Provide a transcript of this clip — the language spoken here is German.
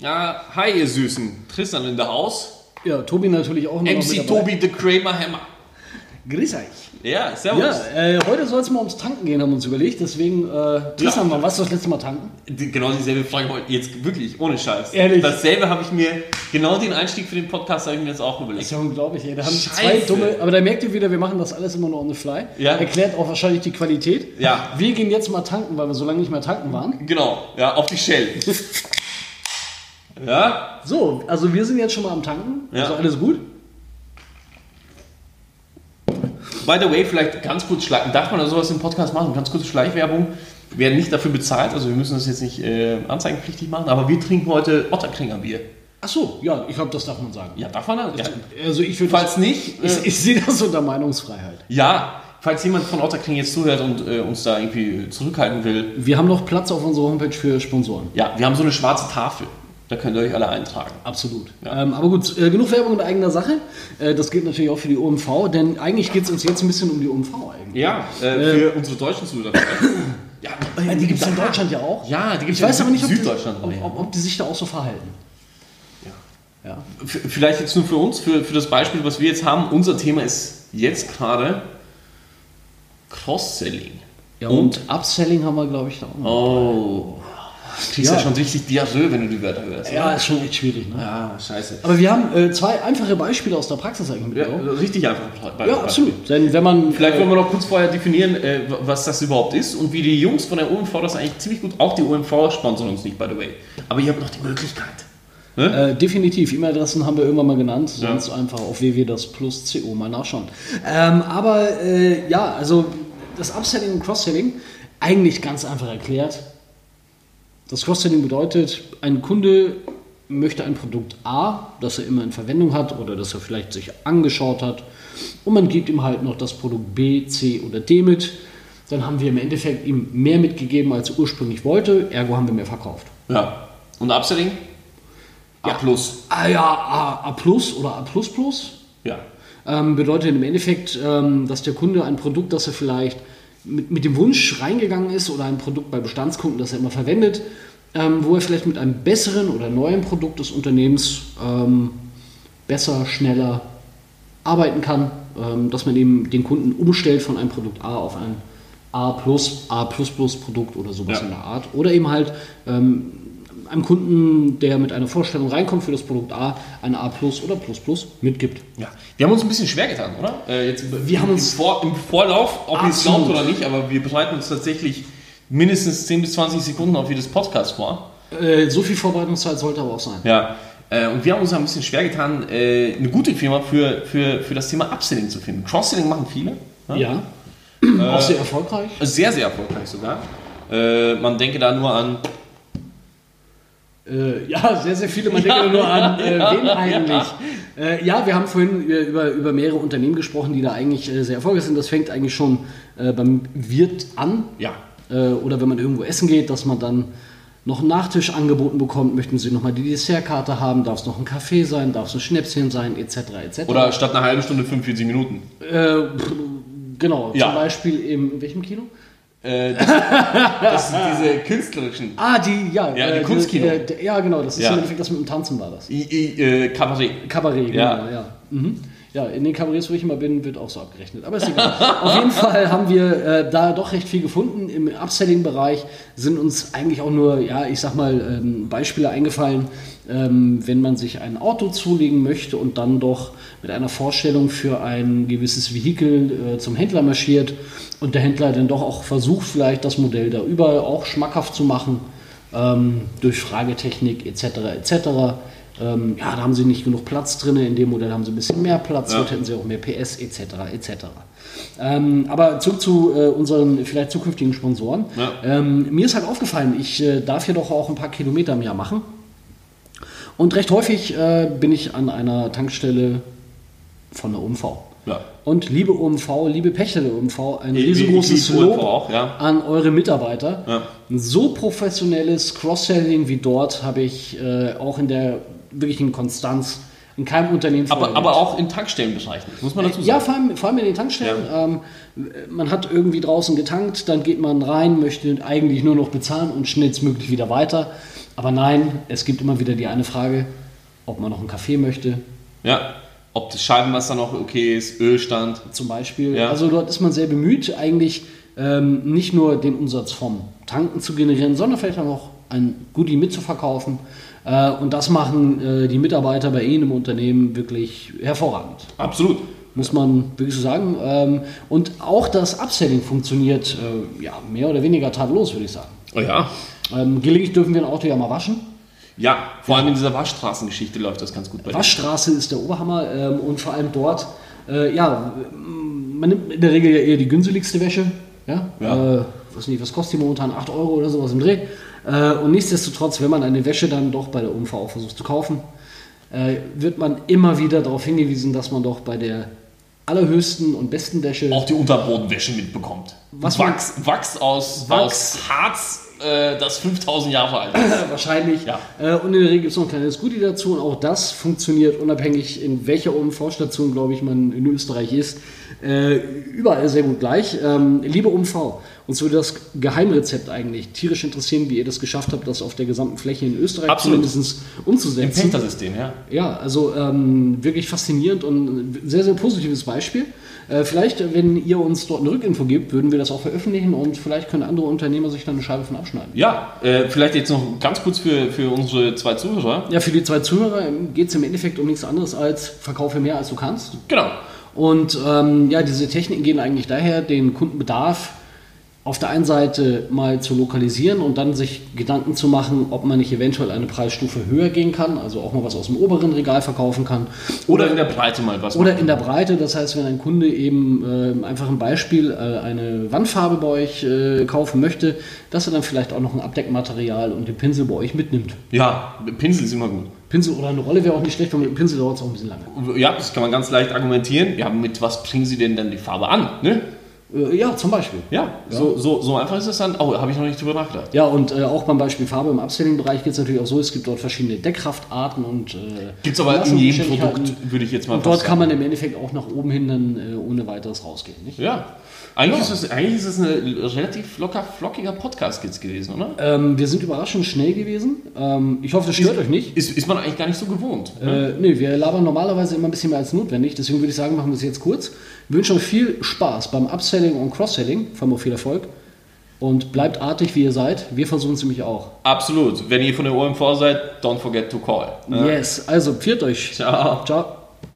Ja, hi ihr Süßen. Tristan in der Haus. Ja, Tobi natürlich auch noch MC mit dabei. Tobi, the Kramer Hammer. Grüß euch. Ja, servus. Ja, heute soll es mal ums Tanken gehen, haben wir uns überlegt. Deswegen, Tristan, wann warst du das letzte Mal tanken? Genau dieselbe Frage heute. Jetzt wirklich, ohne Scheiß. Ehrlich? Dasselbe habe ich mir, genau den Einstieg für den Podcast habe ich mir jetzt auch Das überlegt. ist ja unglaublich, ey. Da haben Scheiße. zwei dumme, aber da merkt ihr wieder, wir machen das alles immer nur on the fly. Ja. Erklärt auch wahrscheinlich die Qualität. Ja. Wir gehen jetzt mal tanken, weil wir so lange nicht mehr tanken waren. Genau, ja, auf die Shell. Ja, So, also wir sind jetzt schon mal am Tanken. Ja. Also alles gut? by the way, vielleicht ganz kurz darf man da sowas im Podcast machen? Ganz kurze Schleichwerbung. Wir werden nicht dafür bezahlt, also wir müssen das jetzt nicht anzeigenpflichtig machen, aber wir trinken heute Otterkringer Bier. Ach so, ja, ich glaube, das darf man sagen. Ja, darf man das? Ja. Also ich würde Falls nicht, ich sehe das unter Meinungsfreiheit. ja, falls jemand von Otterkring jetzt zuhört und uns da irgendwie zurückhalten will. Wir haben noch Platz auf unserer Homepage für Sponsoren. Ja, wir haben so eine schwarze Tafel. Da könnt ihr euch alle eintragen. Absolut. Ja. Aber gut, genug Werbung in eigener Sache. Das gilt natürlich auch für die OMV, denn eigentlich geht es uns jetzt ein bisschen um die OMV eigentlich. Ja, für unsere deutschen Zuhörer. Ja, Die gibt es in Deutschland ja auch. Ja, die gibt es Ich weiß aber nicht, Süddeutschland. ob die sich da auch so verhalten. Ja. Vielleicht jetzt nur für uns, für das Beispiel, was wir jetzt haben. Unser Thema ist jetzt gerade Cross-Selling. Ja, und Upselling haben wir, glaube ich, da auch noch. Oh, du kriegst ja schon richtig Diarrhoe, wenn du die Wörter hörst. Ja, ist schon echt schwierig. Ne? Ja, scheiße. Aber wir haben zwei einfache Beispiele aus der Praxis eigentlich Ja, mitgebracht. richtig einfach. Ja, absolut. Denn wenn man Vielleicht wollen wir noch kurz vorher definieren, was das überhaupt ist und wie die Jungs von der OMV das eigentlich ziemlich gut, auch die OMV sponsern uns nicht, by the way. Aber ihr habt noch die Möglichkeit. definitiv. E-Mail-Adressen haben wir irgendwann mal genannt, sonst einfach auf www.das+co mal nachschauen. Also das Upselling und Cross-Selling, eigentlich ganz einfach erklärt. Das Cross-Selling bedeutet, ein Kunde möchte ein Produkt A, das er immer in Verwendung hat oder das er vielleicht sich angeschaut hat, und man gibt ihm halt noch das Produkt B, C oder D mit. Dann haben wir im Endeffekt ihm mehr mitgegeben, als er ursprünglich wollte, ergo haben wir mehr verkauft. Ja. Und Upselling? A+. A plus oder A++. Ja. Bedeutet im Endeffekt, dass der Kunde ein Produkt, das er vielleicht mit dem Wunsch reingegangen ist, oder ein Produkt bei Bestandskunden, das er immer verwendet, wo er vielleicht mit einem besseren oder neuen Produkt des Unternehmens besser, schneller arbeiten kann, dass man eben den Kunden umstellt von einem Produkt A auf ein A+, A++ Produkt oder sowas in der Art. Oder eben halt einem Kunden, der mit einer Vorstellung reinkommt für das Produkt A, ein A+ oder Plus mitgibt. Ja. Wir haben uns ein bisschen schwer getan, oder? Wir haben uns im Vorlauf, ob ihr es Absolut. glaubt oder nicht, aber wir bereiten uns tatsächlich mindestens 10 bis 20 Sekunden auf jedes Podcast vor. So viel Vorbereitungszeit sollte aber auch sein. Ja. Und wir haben uns ein bisschen schwer getan, eine gute Firma für das Thema Upselling zu finden. Cross-Selling machen viele. Ja. Auch sehr erfolgreich. Sehr, sehr erfolgreich sogar. Man denke da nur an... Sehr, sehr viele. Man denkt nur an, wen eigentlich? Wir haben vorhin über mehrere Unternehmen gesprochen, die da eigentlich sehr erfolgreich sind. Das fängt eigentlich schon beim Wirt an. Ja. Oder wenn man irgendwo essen geht, dass man dann noch einen Nachtisch angeboten bekommt. Möchten Sie nochmal die Dessertkarte haben? Darf es noch ein Kaffee sein? Darf es ein Schnäpschen sein? Etc. etc. Oder statt einer halben Stunde 45 Minuten. Genau, Ja. zum Beispiel in welchem Kino? Das sind diese künstlerischen... Die Kunstkino. Genau, das ist Ja. im Endeffekt das mit dem Tanzen war das. Kabarett. Kabarett, Ja. genau, ja. Mhm. Ja, in den Kabarets, wo ich immer bin, wird auch so abgerechnet. Aber ist egal. Auf jeden Fall haben wir da doch recht viel gefunden. Im Upselling-Bereich sind uns eigentlich auch nur, Beispiele eingefallen, wenn man sich ein Auto zulegen möchte und dann doch mit einer Vorstellung für ein gewisses Vehikel zum Händler marschiert und der Händler dann doch auch versucht, vielleicht das Modell da überall auch schmackhaft zu machen, durch Fragetechnik etc. etc. Da haben sie nicht genug Platz drin, in dem Modell haben sie ein bisschen mehr Platz, dort hätten sie auch mehr PS etc. etc. Aber zurück zu unseren vielleicht zukünftigen Sponsoren. Ja. Mir ist halt aufgefallen, ich darf hier doch auch ein paar Kilometer im Jahr machen und recht häufig bin ich an einer Tankstelle von der OMV. Ja. Und liebe OMV, liebe Pächter der OMV, ein riesengroßes liebe OMV Lob auch, ja. an eure Mitarbeiter. Ja. Ein so professionelles Cross-Selling wie dort habe ich auch in der wirklichen Konstanz in keinem Unternehmen vorher Aber erlebt. auch in Tankstellenbereichen, muss man dazu sagen. Ja, vor allem in den Tankstellen. Man hat irgendwie draußen getankt, dann geht man rein, möchte eigentlich nur noch bezahlen und schnellstmöglich wieder weiter. Aber nein, es gibt immer wieder die eine Frage, ob man noch einen Kaffee möchte. Ja, ob das Scheibenwasser noch okay ist, Ölstand. Zum Beispiel. Ja. Also dort ist man sehr bemüht, eigentlich nicht nur den Umsatz vom Tanken zu generieren, sondern vielleicht auch noch ein Goodie mitzuverkaufen. Und das machen die Mitarbeiter bei Ihnen im Unternehmen wirklich hervorragend. Absolut. Muss man wirklich so sagen. Und auch das Upselling funktioniert mehr oder weniger tadellos, würde ich sagen. Oh ja. Gelegentlich dürfen wir ein Auto ja mal waschen. Ja, vor allem in dieser Waschstraßengeschichte läuft das ganz gut bei dir. Waschstraße ist der Oberhammer und vor allem dort, man nimmt in der Regel ja eher die günstiligste Wäsche. Ja. Weiß nicht, was kostet die momentan? 8 Euro oder sowas im Dreh. Und nichtsdestotrotz, wenn man eine Wäsche dann doch bei der OMV auch versucht zu kaufen, wird man immer wieder darauf hingewiesen, dass man doch bei der allerhöchsten und besten Wäsche auch die Unterbodenwäsche mitbekommt. Wachs aus Harz, das 5000 Jahre alt ist. Wahrscheinlich. Ja. Und in der Regel gibt es noch ein kleines Goodie dazu. Und auch das funktioniert unabhängig, in welcher OMV-Station, glaube ich, man in Österreich ist. Überall sehr gut gleich. Liebe OMV, uns würde das Geheimrezept eigentlich tierisch interessieren, wie ihr das geschafft habt, das auf der gesamten Fläche in Österreich zumindest umzusetzen. Im Penta-System, ja. Ja, also wirklich faszinierend und ein sehr, sehr positives Beispiel. Vielleicht, wenn ihr uns dort eine Rückinfo gebt, würden wir das auch veröffentlichen und vielleicht können andere Unternehmer sich dann eine Scheibe von abschneiden. Ja, vielleicht jetzt noch ganz kurz für unsere 2 Zuhörer. Ja, für die 2 Zuhörer geht es im Endeffekt um nichts anderes als verkaufe mehr, als du kannst. Genau. Und diese Techniken gehen eigentlich daher, den Kundenbedarf auf der einen Seite mal zu lokalisieren und dann sich Gedanken zu machen, ob man nicht eventuell eine Preisstufe höher gehen kann, also auch mal was aus dem oberen Regal verkaufen kann. Oder in der Breite mal was. Oder in der Breite, das heißt, wenn ein Kunde eben einfach ein Beispiel eine Wandfarbe bei euch kaufen möchte, dass er dann vielleicht auch noch ein Abdeckmaterial und den Pinsel bei euch mitnimmt. Ja, Pinsel ist immer gut. Pinsel oder eine Rolle wäre auch nicht schlecht, weil mit dem Pinsel dauert es auch ein bisschen lange. Ja, das kann man ganz leicht argumentieren. Ja, mit was bringen Sie denn dann die Farbe an? Ne? Ja, zum Beispiel. Ja. So einfach ist es dann. Oh, habe ich noch nicht drüber nachgedacht. Ja, und auch beim Beispiel Farbe im Upselling-Bereich geht es natürlich auch so, es gibt dort verschiedene Deckkraftarten und gibt es aber in jedem Produkt, würde ich jetzt mal und dort kann man im Endeffekt auch nach oben hin dann ohne weiteres rausgehen. Nicht? Ja. Eigentlich ist es ein relativ flockiger Podcast jetzt gewesen, oder? Wir sind überraschend schnell gewesen. Ich hoffe, das stört euch nicht. Ist man eigentlich gar nicht so gewohnt. Nee, wir labern normalerweise immer ein bisschen mehr als notwendig. Deswegen würde ich sagen, machen wir es jetzt kurz. Wir wünschen euch viel Spaß beim Upselling und Cross-Selling. Vor allem auch viel Erfolg. Und bleibt artig, wie ihr seid. Wir versuchen es nämlich auch. Absolut. Wenn ihr von der OMV seid, don't forget to call. Yes. Also, pfiat euch. Ciao. Ciao.